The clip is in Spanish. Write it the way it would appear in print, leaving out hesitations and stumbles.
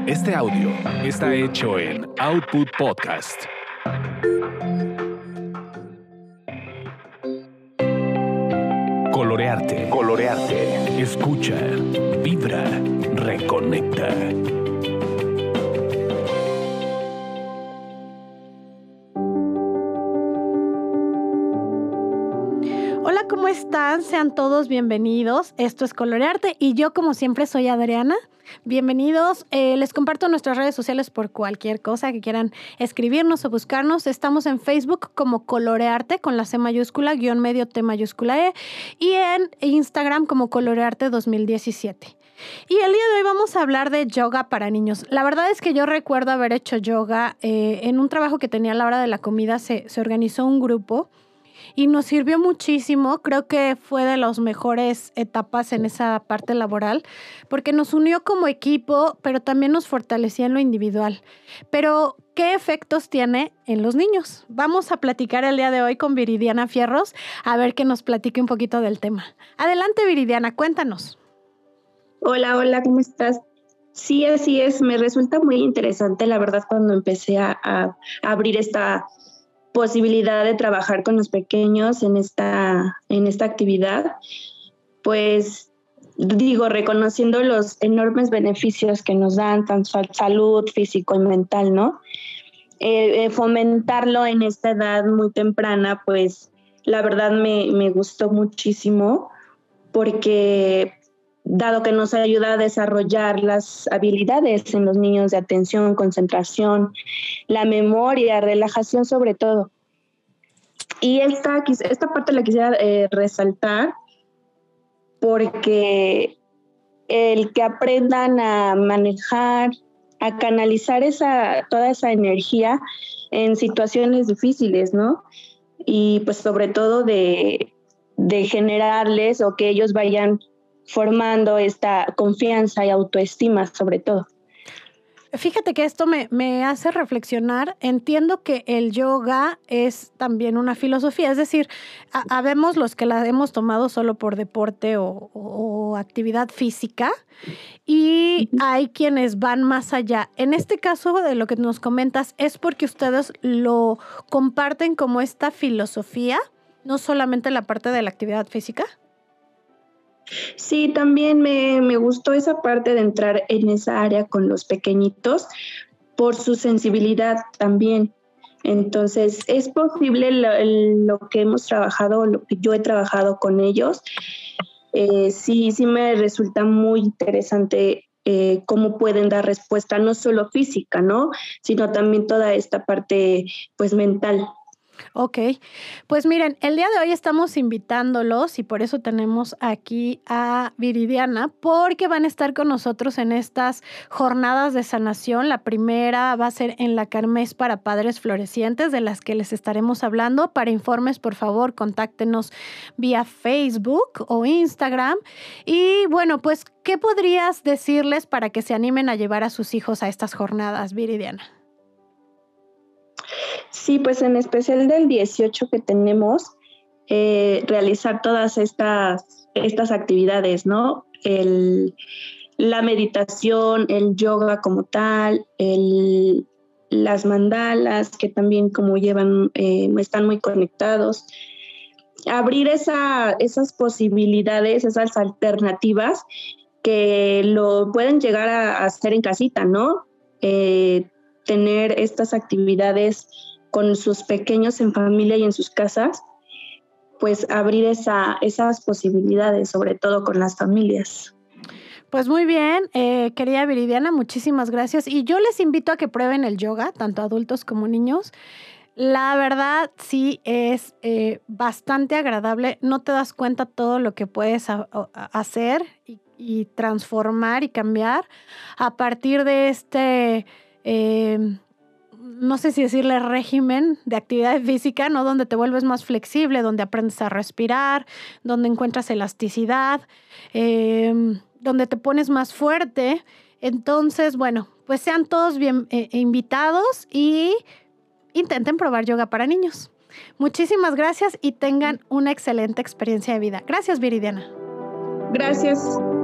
Este audio está hecho en Output Podcast. Colorearte. Colorearte. Escucha, vibra, reconecta. Hola, ¿cómo están? Sean todos bienvenidos. Esto es Colorearte y yo, como siempre, soy Adriana. Bienvenidos. Les comparto nuestras redes sociales por cualquier cosa que quieran escribirnos o buscarnos. Estamos en Facebook como Colorearte con la C mayúscula, guión medio T mayúscula E, y en Instagram como Colorearte 2017. Y el día de hoy vamos a hablar de yoga para niños. La verdad es que yo recuerdo haber hecho yoga en un trabajo que tenía a la hora de la comida. Se organizó un grupo y nos sirvió muchísimo. Creo que fue de las mejores etapas en esa parte laboral, porque nos unió como equipo, pero también nos fortalecía en lo individual. Pero, ¿qué efectos tiene en los niños? Vamos a platicar el día de hoy con Viridiana Fierros, a ver que nos platique un poquito del tema. Adelante, Viridiana, cuéntanos. Hola, ¿cómo estás? Sí, así es. Me resulta muy interesante, la verdad, cuando empecé a abrir esta posibilidad de trabajar con los pequeños en esta actividad, pues digo, reconociendo los enormes beneficios que nos dan tanto salud físico y mental, ¿no? Fomentarlo en esta edad muy temprana, pues la verdad me gustó muchísimo, porque dado que nos ayuda a desarrollar las habilidades en los niños de atención, concentración, la memoria, relajación sobre todo. Y esta parte la quisiera resaltar porque el que aprendan a manejar, a canalizar toda esa energía en situaciones difíciles, ¿no? Y pues sobre todo de generarles o que ellos vayan formando esta confianza y autoestima sobre todo. Fíjate que esto me hace reflexionar. Entiendo que el yoga es también una filosofía, es decir, habemos los que la hemos tomado solo por deporte o actividad física, y hay quienes van más allá. En este caso, de lo que nos comentas, es porque ustedes lo comparten como esta filosofía, no solamente la parte de la actividad física. Sí, también me gustó esa parte de entrar en esa área con los pequeñitos por su sensibilidad también. Entonces, es posible lo que hemos trabajado, lo que yo he trabajado con ellos. Sí me resulta muy interesante cómo pueden dar respuesta, no solo física, ¿no? Sino también toda esta parte, pues, mental. Ok, pues miren, el día de hoy estamos invitándolos y por eso tenemos aquí a Viridiana, porque van a estar con nosotros en estas jornadas de sanación. La primera va a ser en la Kermés para Padres Florecientes, de las que les estaremos hablando. Para informes, por favor, contáctenos vía Facebook o Instagram. Y bueno, pues, ¿qué podrías decirles para que se animen a llevar a sus hijos a estas jornadas, Viridiana? Sí, pues en especial del 18 que tenemos, realizar todas estas actividades, ¿no? La meditación, el yoga como tal, las mandalas que también como llevan, están muy conectados. Abrir esas posibilidades, esas alternativas que lo pueden llegar a hacer en casita, ¿no? Tener estas actividades con sus pequeños en familia y en sus casas, pues abrir esas posibilidades, sobre todo con las familias. Pues muy bien, querida Viridiana, muchísimas gracias. Y yo les invito a que prueben el yoga, tanto adultos como niños. La verdad sí es bastante agradable. No te das cuenta todo lo que puedes hacer y transformar y cambiar a partir de este... no sé si decirle régimen de actividad física, ¿no? Donde te vuelves más flexible, donde aprendes a respirar, donde encuentras elasticidad, donde te pones más fuerte. Entonces, bueno, pues sean todos bien invitados y intenten probar yoga para niños. Muchísimas gracias y tengan una excelente experiencia de vida. Gracias, Viridiana. Gracias.